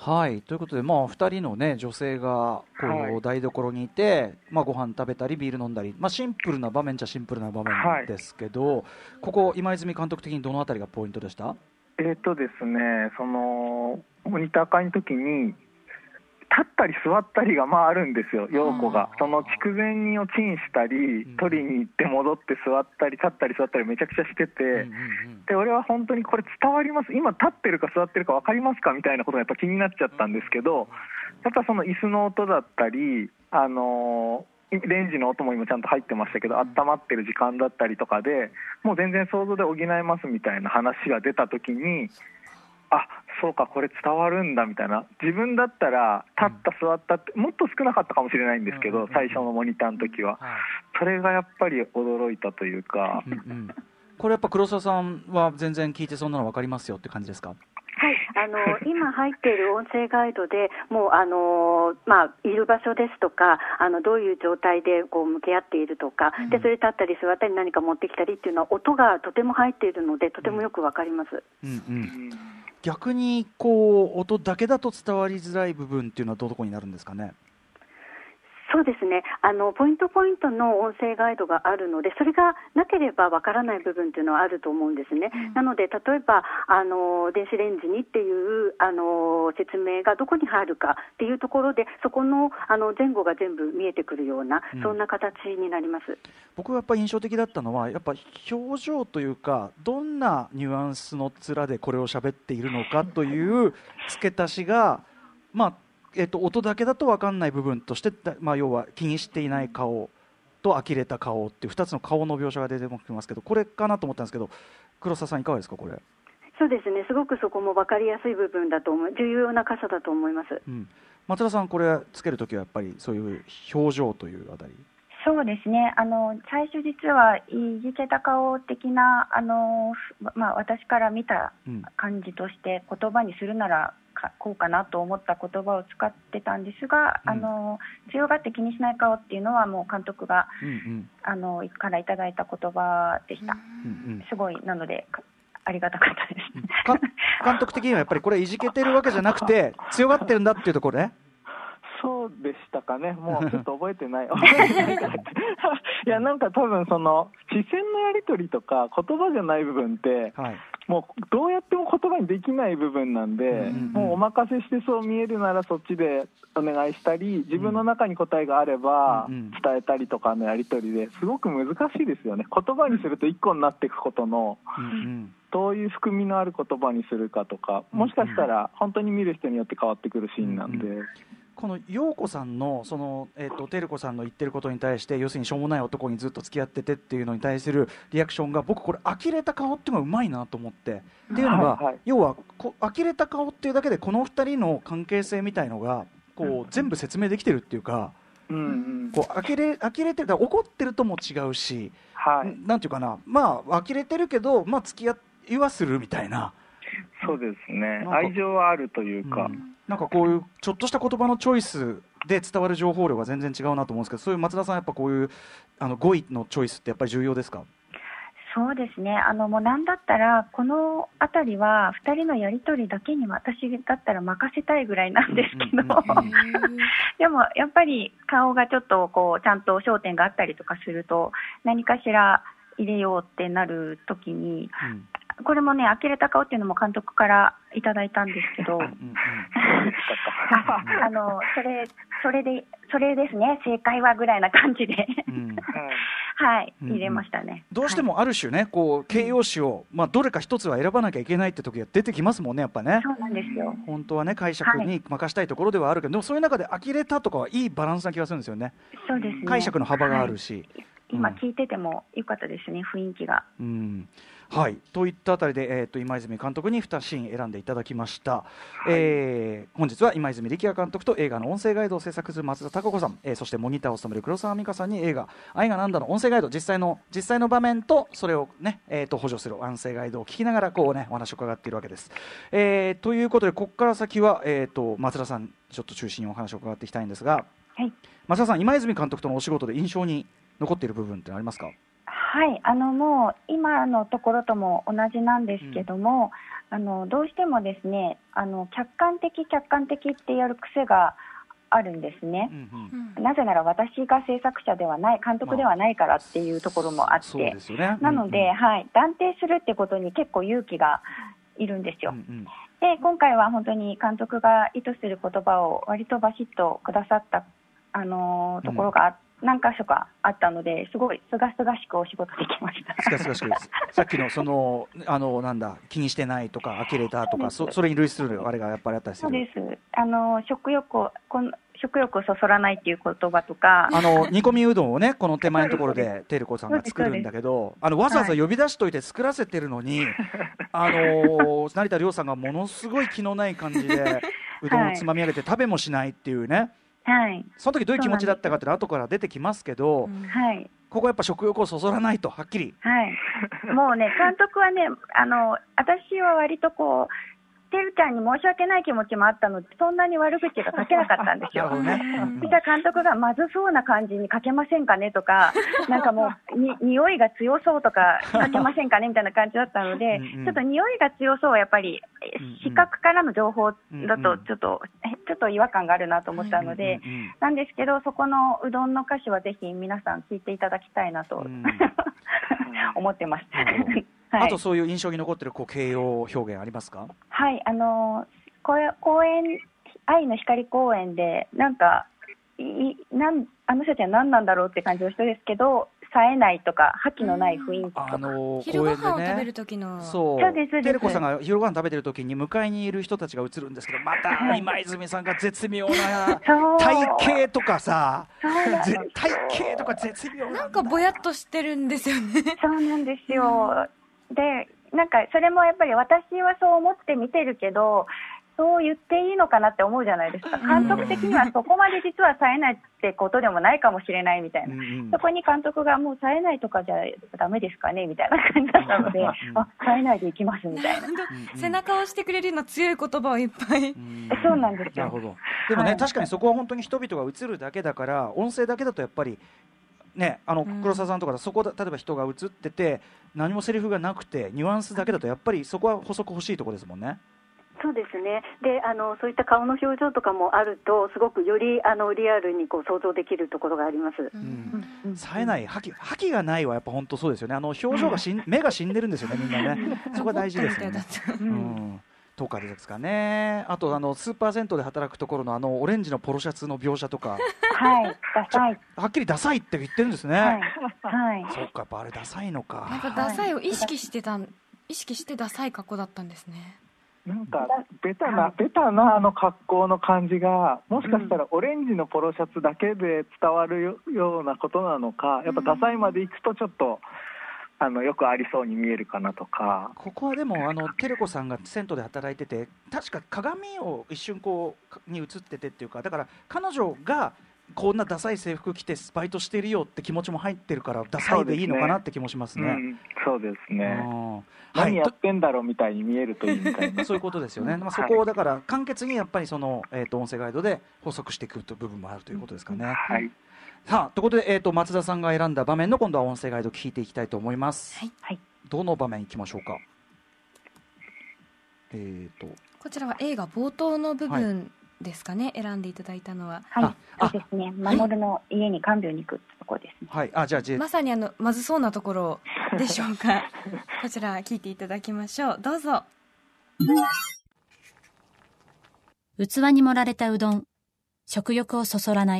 はい、ということで、2人の、ね、女性がこう台所にいて、ご飯食べたりビール飲んだり、シンプルな場面じゃシンプルな場面ですけど、ここ今泉監督的にどのあたりがポイントでした？ ですね、そのモニター会の時に立ったり座ったりがあるんですよ、陽子が。その筑前煮をチンしたり、取りに行って戻って座ったり立ったり座ったりめちゃくちゃしてて、で俺は本当にこれ伝わります、今立ってるか座ってるか分かりますかみたいなことがやっぱ気になっちゃったんですけど、やっぱその椅子の音だったり、レンジの音も今ちゃんと入ってましたけど、温まってる時間だったりとかでもう全然想像で補えますみたいな話が出た時に、あ、そうか、これ伝わるんだみたいな。自分だったら立った座ったってもっと少なかったかもしれないんですけど、最初のモニターの時はそれがやっぱり驚いたというか、 これやっぱ黒沢さんは全然聞いてそんなの分かりますよって感じですか？ はい、今入っている音声ガイドでもういる場所ですとかどういう状態でこう向き合っているとか、でそれ立ったり座ったり何か持ってきたりっていうのは音がとても入っているのでとてもよくわかります。 逆にこう音だけだと伝わりづらい部分っていうのはどこになるんですかね？ そうですね、ポイントポイントの音声ガイドがあるので、それがなければわからない部分というのはあると思うんですね。なので例えば電子レンジにっていう説明がどこに入るかっていうところで、そこの前後が全部見えてくるような、そんな形になります。 僕がやっぱり印象的だったのはやっぱ表情というか、どんなニュアンスの面でこれを喋っているのかという付け足しが音だけだと分かんない部分として、要は気にしていない顔と呆れた顔っていう2つの顔の描写が出てきますけど、これかなと思ったんですけど、黒沢さんいかがですか？これ。 そうですね、すごくそこも分かりやすい部分だと重要な箇所だと思います。 松田さん、これつけるときはやっぱりそういう表情というあたり。 そうですね、最初実はいじけた顔的な私から見た感じとして、言葉にするならこうかなと思った言葉を使ってたんですが、強がって気にしない顔っていうのはもう監督が、からいただいた言葉でした。すごい、なのでありがたかったです監督的にはやっぱりこれいじけてるわけじゃなくて強がってるんだっていうところね。そうでしたかね、もうちょっと覚えてないいや、なんか多分その視線のやり取りとか言葉じゃない部分って、もうどうやっても言葉にできない部分なんで、もうお任せしてそう見えるならそっちでお願いしたり、自分の中に答えがあれば伝えたりとかのやり取りですごく難しいですよね。言葉にすると一個になっていくことの、どういう含みのある言葉にするかとか、もしかしたら本当に見る人によって変わってくるシーンなんで、この陽子さんのその照子さんの言ってることに対して、要するにしょうもない男にずっと付き合っててっていうのに対するリアクションが、僕これ呆れた顔っていうのがうまいなと思って、っていうのが、要は呆れた顔っていうだけでこの2人の関係性みたいのがこう全部説明できてるっていうか、こう呆れてる、怒ってるとも違うし、なんていうかな、呆れてるけど付き合いはするみたいな。そうですね、愛情はあるというか、なんかこういうちょっとした言葉のチョイスで伝わる情報量が全然違うなと思うんですけど、そういう松田さん、やっぱこういう語彙のチョイスってやっぱり重要ですか？ そうですね、もうなんだったらこのあたりは2人のやり取りだけに私だったら任せたいぐらいなんですけど、でもやっぱり顔がちょっとこうちゃんと焦点があったりとかすると、何かしら入れようってなるときに、これもね、呆れた顔っていうのも監督からいただいたんですけどそれですね、正解はぐらいな感じで入れましたね。どうしてもある種ね、こう形容詞を、どれか一つは選ばなきゃいけないって時が出てきますもんね、やっぱね。そうなんですよ。本当はね、解釈に任したいところではあるけど、でもそういう中で呆れたとかはいいバランスな気がするんですよね。そうですね、解釈の幅があるし、今聞いてても良かったですね、雰囲気が。はい、といったあたりで、今泉監督に2シーン選んでいただきました。本日は今泉力也監督と映画の音声ガイドを制作する松田孝子さん、そしてモニターを務める黒沢美香さんに映画愛がなんだの音声ガイド、実際の場面とそれをね、補助する音声ガイドを聞きながらこうね、お話を伺っているわけです。ということで、ここから先は、松田さんちょっと中心にお話を伺っていきたいんですが、松田さん、今泉監督とのお仕事で印象に残っている部分ってありますか？はい、もう今のところとも同じなんですけども、 どうしてもですね客観的ってやる癖があるんですね、なぜなら私が制作者ではない監督ではないからっていうところもあって、 そうですよね、 なので、断定するってことに結構勇気がいるんですよ、で今回は本当に監督が意図する言葉を割とバシッとくださった、ところが何箇所かあったのですごいすがすがしくお仕事できました。 すがすがしくですさっきのなんだ気にしてないとか呆れたとかそれに類するあれがやっぱりあったりする。 そうです。食欲をそそらないっていう言葉とか煮込みうどんをねこの手前のところでテルコさんが作るんだけどわざわざ呼び出しといて作らせてるのに、成田凌さんがものすごい気のない感じでうどんをつまみ上げて食べもしないっていうね、その時どういう気持ちだったかっていうのは後から出てきますけど、ここはやっぱ食欲をそそらないとはっきり、 もうね監督はね私は割とこうてるちゃんに申し訳ない気持ちもあったのでそんなに悪口が書けなかったんですよ。そしたら監督がまずそうな感じに書けませんかねとかなんかもう匂いが強そうとか書けませんかねみたいな感じだったのでちょっと匂いが強そうはやっぱり視覚からの情報だとちょっと違和感があるなと思ったのでなんですけどそこのうどんの歌詞はぜひ皆さん聞いていただきたいなと思ってます。 あとそういう印象に残っている形容表現ありますか？ 公園愛の光公園でなんかあの人たちは何なんだろうって感じの人ですけど冴えないとか覇気のない雰囲気とか、 昼ご飯を食べる時のそうですテレコさんが昼ご飯食べてる時に向かいにいる人たちが映るんですけどまた今泉さんが絶妙な体型とかさ体型とか絶妙なんかぼやっとしてるんですよね。 そうなんですよ、でなんかそれもやっぱり私はそう思って見てるけどそう言っていいのかなって思うじゃないですか。監督的にはそこまで実は冴えないってことでもないかもしれないみたいな、そこに監督がもう冴えないとかじゃダメですかねみたいな感じだったので冴えないでいきますみたいな背中を押してくれるような強い言葉をいっぱいそうなんですよ。 なるほど。でもね、確かにそこは本当に人々が映るだけだから音声だけだとやっぱりね、黒沢さんとかそこ例えば人が映ってて何もセリフがなくてニュアンスだけだとやっぱりそこは補足欲しいところですもんね。 そうですね。でそういった顔の表情とかもあるとすごくよりリアルにこう想像できるところがあります。 冴えない覇気がないはやっぱ本当そうですよね。表情が目が死んでるんですよねみんなねそこが大事ですよね。とかですかね。あとスーパー銭湯で働くところのオレンジのポロシャツの描写とかダサいはっきりダサいって言ってるんですね。そうかやっぱあれダサいのか。 やっぱダサいを意識してダサい格好だったんですね。 なんかベタな格好の感じがもしかしたらオレンジのポロシャツだけで伝わるようなことなのかやっぱダサいまでいくとちょっとよくありそうに見えるかなとか。 ここはでもテレコさんが銭湯で働いてて確か鏡を一瞬に映っててっていうかだから彼女がこんなダサい制服着てバイトしてるよって気持ちも入ってるからダサいでいいのかなって気もしますね。 そうですね。何やってんだろうみたいに見えるといいみたいなそういうことですよね。そこをだから簡潔にやっぱり音声ガイドで補足していくという部分もあるということですかね。さあということで、松田さんが選んだ場面の今度は音声ガイド聞いていきたいと思います。どの場面いきましょうか。 こちらは映画冒頭の部分ですかね、選んでいただいたのは。 そうですね。守の家に看病に行くところですね。 じゃあまさにまずそうなところでしょうかこちら聞いていただきましょう。どうぞ。 器に盛られたうどん、食欲をそそらない。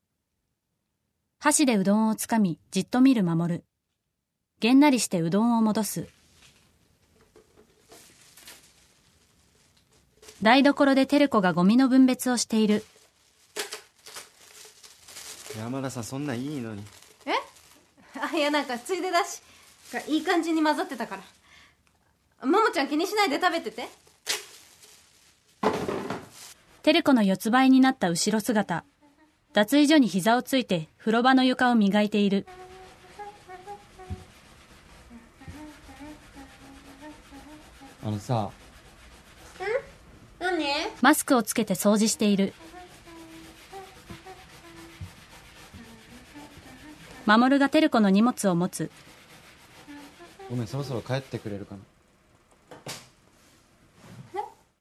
箸でうどんをつかみじっと見る守。げんなりしてうどんを戻す。台所でテレコがゴミの分別をしている。 山田さんそんなんいいのに。 いやなんかついでだしいい感じに混ざってたからももちゃん気にしないで食べてて。 テレコの四つ倍になった後ろ姿。脱衣所に膝をついて風呂場の床を磨いている。 さ何？ マスクをつけて掃除している。守がテルコの荷物を持つ。 ごめんそろそろ帰ってくれるかな。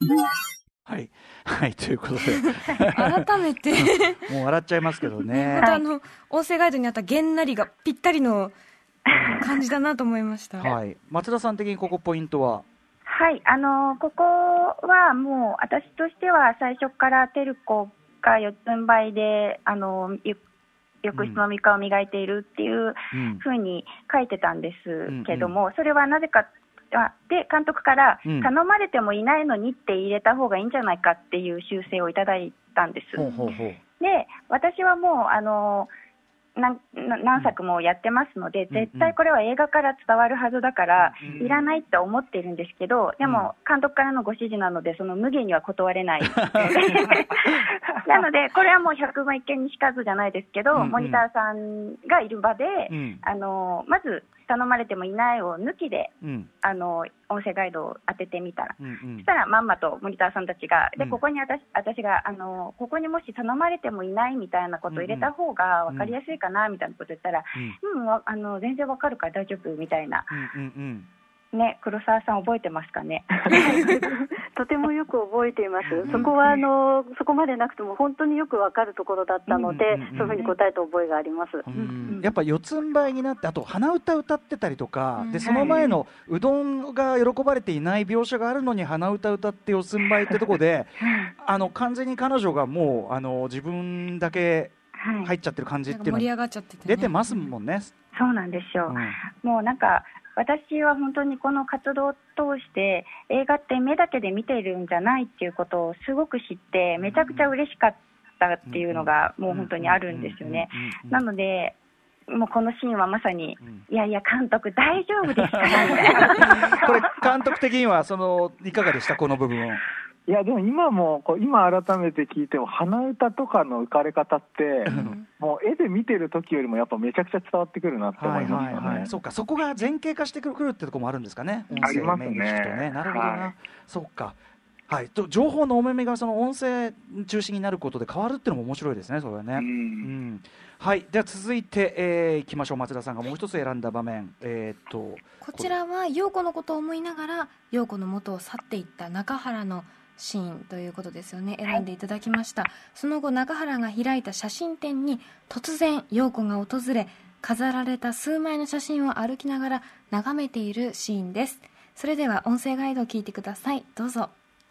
はい、はい、ということで改めてもう笑っちゃいますけどね。 また音声ガイドにあったげんなりがぴったりの感じだなと思いました。 はい、松田さん的にここポイントは？ はい、ここはもう私としては最初からテルコが四つん這いで浴室の床を磨いているっていうふうに書いてたんですけども、それはなぜかで監督から頼まれてもいないのにって入れた方がいいんじゃないかっていう修正をいただいたんです。で、私はもう何作もやってますので、絶対これは映画から伝わるはずだからいらないって思っているんですけど、でも監督からのご指示なのでその無限には断れないなのでこれはもう百聞一見にしかずじゃないですけど、モニターさんがいる場で、まず頼まれてもいないを抜きで、音声ガイドを当ててみたら、そしたらまんまとモニターさんたちがで、ここに私がここにもし頼まれてもいないみたいなことを入れた方が分かりやすいかなみたいなこと言ったら、全然分かるから大丈夫みたいな、ね、黒沢さん覚えてますかねとてもよく覚えています。そこはそこまでなくても本当によくわかるところだったので、そういうふうに答えた覚えがあります。 やっぱ四つん這いになって、あと鼻歌歌ってたりとか、でその前のうどんが喜ばれていない描写があるのに鼻歌歌って四つん這いってとこで完全に彼女がもう自分だけ入っちゃってる感じっていうの盛り上がっちゃってて、 出てますもんね。 そうなんですよ、もうなんか私は本当にこの活動を通して映画って目だけで見ているんじゃないっていうことをすごく知ってめちゃくちゃ嬉しかったっていうのがもう本当にあるんですよね。なのでもうこのシーンはまさに、いやいや監督大丈夫ですからみたいなこれ監督的にはいかがでしたこの部分を？ いやでも今改めて聞いても鼻歌とかの浮かれ方ってもう絵で見てる時よりもやっぱめちゃくちゃ伝わってくるなって思いますよね。 そうか、そこが前景化してくるってところもあるんですかね。 ありますね。 なるほどな、そうか。はい、情報の重みがその音声中心になることで変わるっていうのも面白いですね、それはね。はい、では続いて、いきましょう。松田さんがもう一つ選んだ場面、 こちらは陽子のことを思いながら陽子の元を去っていった中原のシーンということですよね。選んでいただきました。その後中原が開いた写真展に突然陽子が訪れ、飾られた数枚の写真を歩きながら眺めているシーンです。それでは音声ガイドを聞いてください。どうぞ。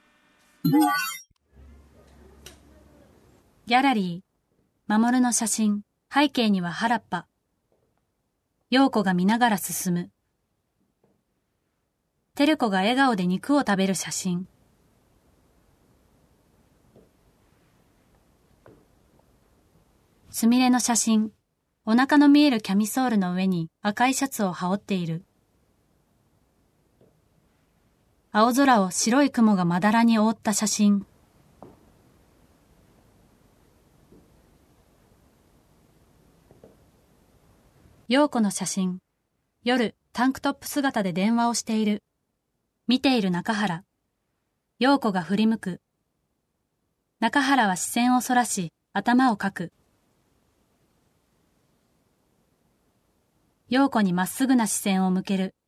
ギャラリー、守の写真、背景には原っぱ。陽子が見ながら進む。照子が笑顔で肉を食べる写真。すみれの写真、お腹の見えるキャミソールの上に赤いシャツを羽織っている。青空を白い雲がまだらに覆った写真。陽子の写真、夜タンクトップ姿で電話をしている。見ている中原。陽子が振り向く。中原は視線をそらし、頭をかく。陽子にまっすぐな視線を向ける。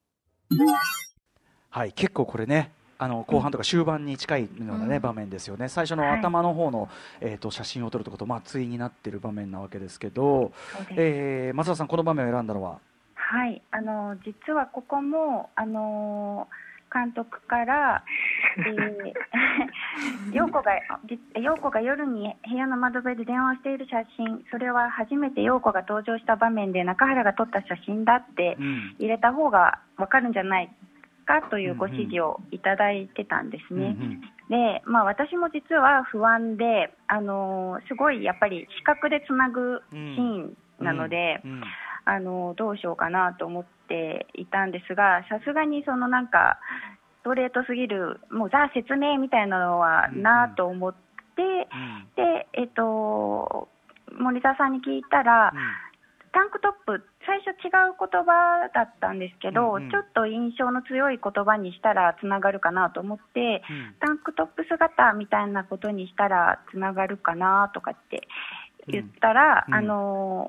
はい、結構これね、後半とか終盤に近いようなね、場面ですよね。最初の頭の方の、写真を撮るとこと、対になっている場面なわけですけど、松田さん、この場面を選んだのは？ はい、実はここも監督から陽子が夜に部屋の窓辺で電話をしている写真、それは初めて陽子が登場した場面で中原が撮った写真だって入れた方が分かるんじゃないかというご指示をいただいてたんですね。で、私も実は不安で、すごいやっぱり視覚でつなぐシーンなので、どうしようかなと思っていたんですが、さすがにそのなんかストレートすぎるもうザ説明みたいなのはなと思って、でモニターさんに聞いたら、タンクトップ最初違う言葉だったんですけど、ちょっと印象の強い言葉にしたらつながるかなと思って、タンクトップ姿みたいなことにしたらつながるかなとかって言ったら、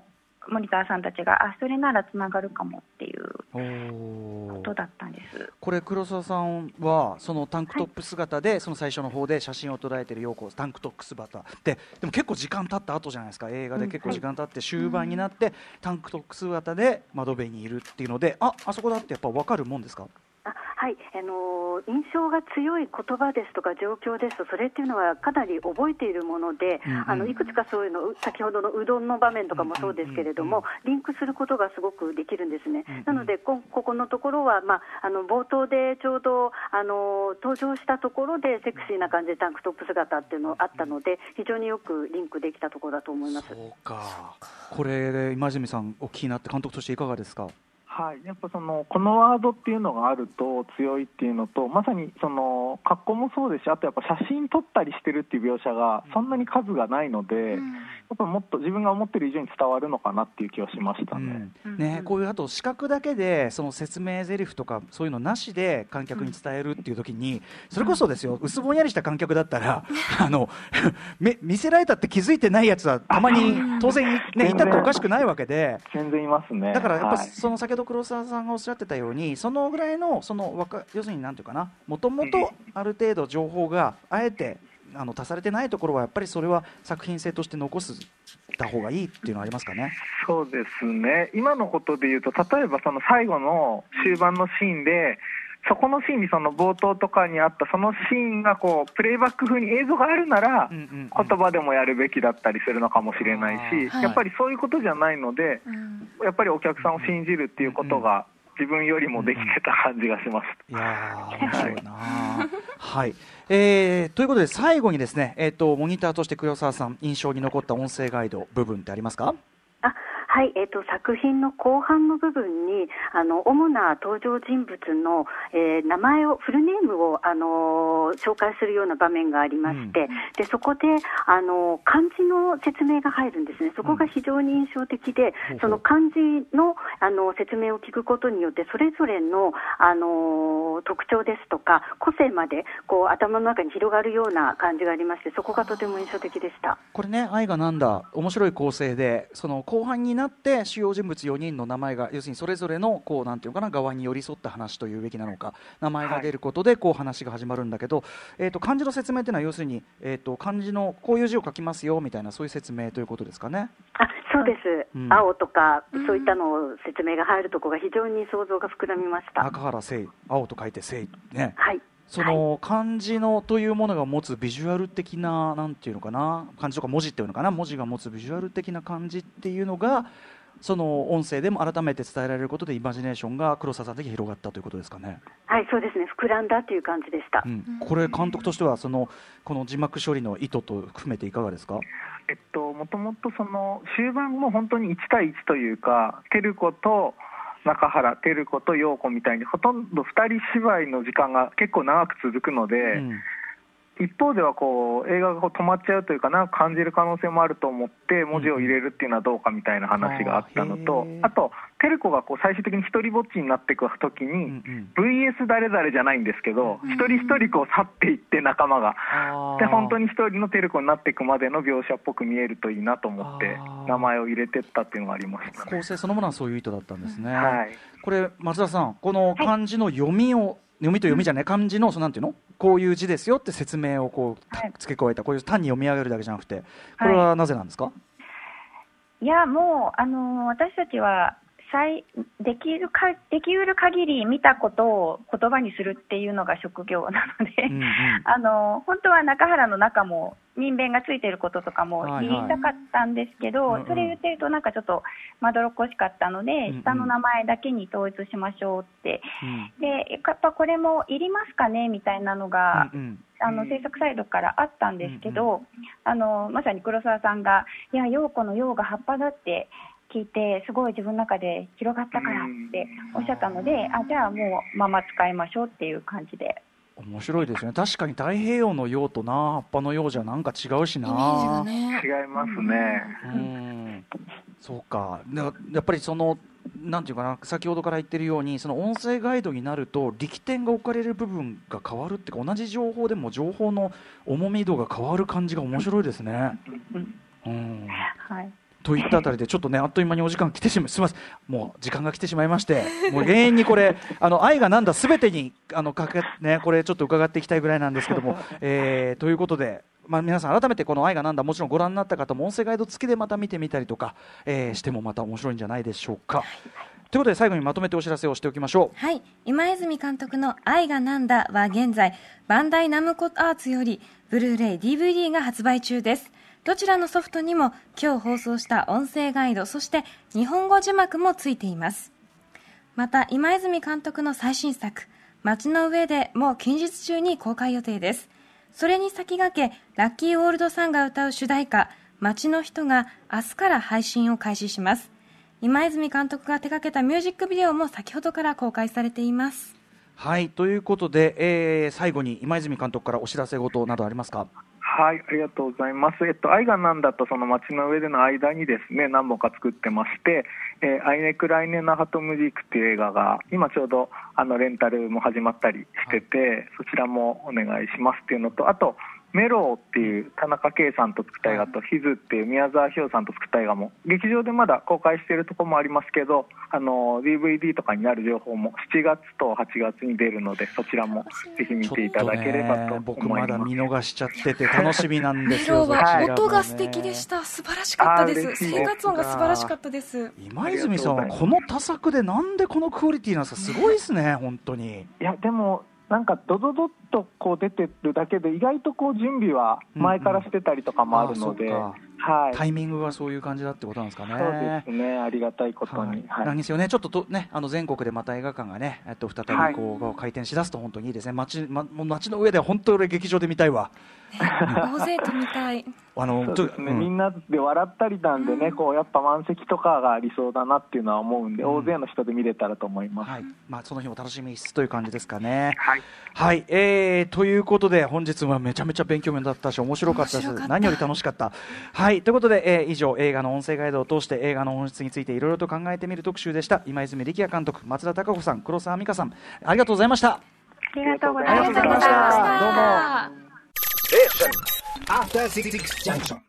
モニターさんたちがそれならつながるかもっていうことだったんです。 これ黒沢さんはそのタンクトップ姿で、その最初の方で写真を捉えている陽子タンクトップ姿でも結構時間経った後じゃないですか。映画で結構時間経って終盤になって、タンクトップ姿で窓辺にいるっていうので、あそこだってやっぱ分かるもんですか？ はい、印象が強い言葉ですとか状況ですと、それっていうのはかなり覚えているもので、いくつかそういうの、先ほどのうどんの場面とかもそうですけれども、リンクすることがすごくできるんですね。なのでここのところは、冒頭でちょうど登場したところでセクシーな感じでタンクトップ姿っていうのがあったので、非常によくリンクできたところだと思います。 そうか。これ今泉さんお聞きになって監督としていかがですか？ はい、やっぱこのワードっていうのがあると強いっていうのと、まさに格好もそうですし、あとやっぱ写真撮ったりしてるっていう描写がそんなに数がないので、やっぱもっと自分が思ってる以上に伝わるのかなっていう気はしましたね。 こういうあと視覚だけでその説明台詞とかそういうのなしで観客に伝えるっていう時に、それこそですよ、薄ぼんやりした観客だったら見せられたって気づいてないやつはたまに当然、いたっておかしくないわけで、 全然いますね。 だからやっぱその先ほど黒沢さんがおっしゃってたように、そのぐらいの要するになんていうかな、もともとある程度情報があえて足されてないところはやっぱりそれは作品性として残した方がいいっていうのはありますかね。 そうですね。今のことで言うと、例えばその最後の終盤のシーンで、そこのシーンにその冒頭とかにあったそのシーンがこうプレイバック風に映像があるなら言葉でもやるべきだったりするのかもしれないし、やっぱりそういうことじゃないので、やっぱりお客さんを信じるっていうことが自分よりもできてた感じがしました。 いや面白いなはい、ということで最後にですね、モニターとして黒沢さん印象に残った音声ガイド部分ってありますか？ はい、作品の後半の部分に主な登場人物の、名前をフルネームを紹介するような場面がありまして、でそこで漢字の説明が入るんですね。そこが非常に印象的で、その漢字の説明を聞くことによってそれぞれの特徴ですとか個性までこう頭の中に広がるような感じがありまして、そこがとても印象的でした。 これね、愛がなんだ面白い構成で、その後半になって主要人物4人の名前が要するにそれぞれのこうなんていうかな側に寄り添った話というべきなのか、名前が出ることでこう話が始まるんだけど、漢字の説明というのは要するに、漢字のこういう字を書きますよみたいなそういう説明ということですかね。 そうです、青とかそういったのを説明が入るところが非常に想像が膨らみました。 中原誠、青と書いて誠ね。 はい、 その漢字のというものが持つビジュアル的ななんていうのかな、漢字とか文字っていうのかな、文字が持つビジュアル的な感じっていうのがその音声でも改めて伝えられることでイマジネーションが黒沢さん的に広がったということですかね。 はい、そうですね、膨らんだという感じでした。 これ監督としてはこの字幕処理の意図と含めていかがですか？ もともとその終盤も本当に1対1というか、照子と中原、照子と陽子みたいにほとんど2人芝居の時間が結構長く続くので、一方ではこう映画がこう止まっちゃうというかな感じる可能性もあると思って文字を入れるっていうのはどうかみたいな話があったのと、あと照子がこう最終的に一人ぼっちになっていくときに、VS 誰々じゃないんですけど、一人一人こう去っていって仲間がで本当に一人の照子になっていくまでの描写っぽく見えるといいなと思って名前を入れてったっていうのがありましたね。 構成そのものはそういう意図だったんですね。これ松田さん、この漢字の読みを、読みと読みじゃない、漢字のなんていうの、こういう字ですよって説明をこう付け加えた、こういう単に読み上げるだけじゃなくて、これはなぜなんですか？ いやもう私たちはできうる限り見たことを言葉にするっていうのが職業なので、本当は中原の中も人弁がついていることとかも言いたかったんですけど、それ言ってるとなんかちょっとまどろっこしかったので、下の名前だけに統一しましょうって、でやっぱこれもいりますかねみたいなのが、制作サイドからあったんですけど、まさに黒沢さんがいや陽子の陽が葉っぱだって聞いてすごい自分の中で広がったからっておっしゃったので、じゃあもうまま使いましょうっていう感じで。 面白いですね。確かに太平洋の洋とな葉っぱの洋じゃなんか違うしな、イメージがね、違いますね。 そうか。やっぱりなんていうかな、先ほどから言ってるようにその音声ガイドになると力点が置かれる部分が変わるっていうか、同じ情報でも情報の重み度が変わる感じが面白いですね。 といったあたりでちょっとねあっという間にお時間来てしまい、すみません、もう時間が来てしまいまして、もう永遠にこれ愛がなんだすべてにこれちょっと伺っていきたいぐらいなんですけども、ということで、皆さん改めてこの愛がなんだ、もちろんご覧になった方も音声ガイド付きでまた見てみたりとか、してもまた面白いんじゃないでしょうか。ということで最後にまとめてお知らせをしておきましょう。 はい、今泉監督の愛がなんだは現在バンダイナムコアーツよりブルーレイ DVD が発売中です。どちらのソフトにも今日放送した音声ガイド、そして日本語字幕もついています。また今泉監督の最新作街の上でも近日中に公開予定です。それに先駆けラッキーオールドさんが歌う主題歌街の人が明日から配信を開始します。今泉監督が手掛けたミュージックビデオも先ほどから公開されています。 はい、ということで、最後に今泉監督からお知らせ事などありますか。 はい、ありがとうございます。愛がなんだとその街の上での間にですね、何本か作ってまして、アイネク来年のハトムジークっていう映画が今ちょうどレンタルも始まったりしてて、そちらもお願いしますっていうのと、あとメローっていう田中圭さんと作った映画と、ヒズっていう宮沢氷さんと作った映画も劇場でまだ公開しているところもありますけど、DVD とかになる情報も7月と8月に出るので、そちらもぜひ見ていただければと思います。 僕まだ見逃しちゃってて楽しみなんですよ。 メロは音が素敵でした。素晴らしかったです。生活音が素晴らしかったです。 今泉さんはこの多作でなんでこのクオリティなんですか。すごいですね本当に。 いやでもなんかドドドッとこう出てるだけで意外とこう準備は前からしてたりとかもあるので、はい、 タイミングがそういう感じだってことなんですかね。 そうですね、ありがたいことに、 はい、なんですよね。ちょっとね全国でまた映画館がね再びこう、開店しだすと本当にいいですね。街の上で本当に俺劇場で見たいわ。 大勢と見たい。 そうですね、みんなで笑ったりなんでね、こうやっぱ満席とかがありそうだなっていうのは思うんで、大勢の人で見れたらと思います。 はい、その日も楽しみにしつつという感じですかね。 はい、 はい、ということで本日はめちゃめちゃ勉強面だったし面白かったです。何より楽しかった。はい、ということで、以上映画の音声ガイドを通して映画の本質についていろいろと考えてみる特集でした。今泉力也監督、松田貴子さん、黒沢美香さん、ありがとうございました。 ありがとうございました。 どうも。 After 66 junction.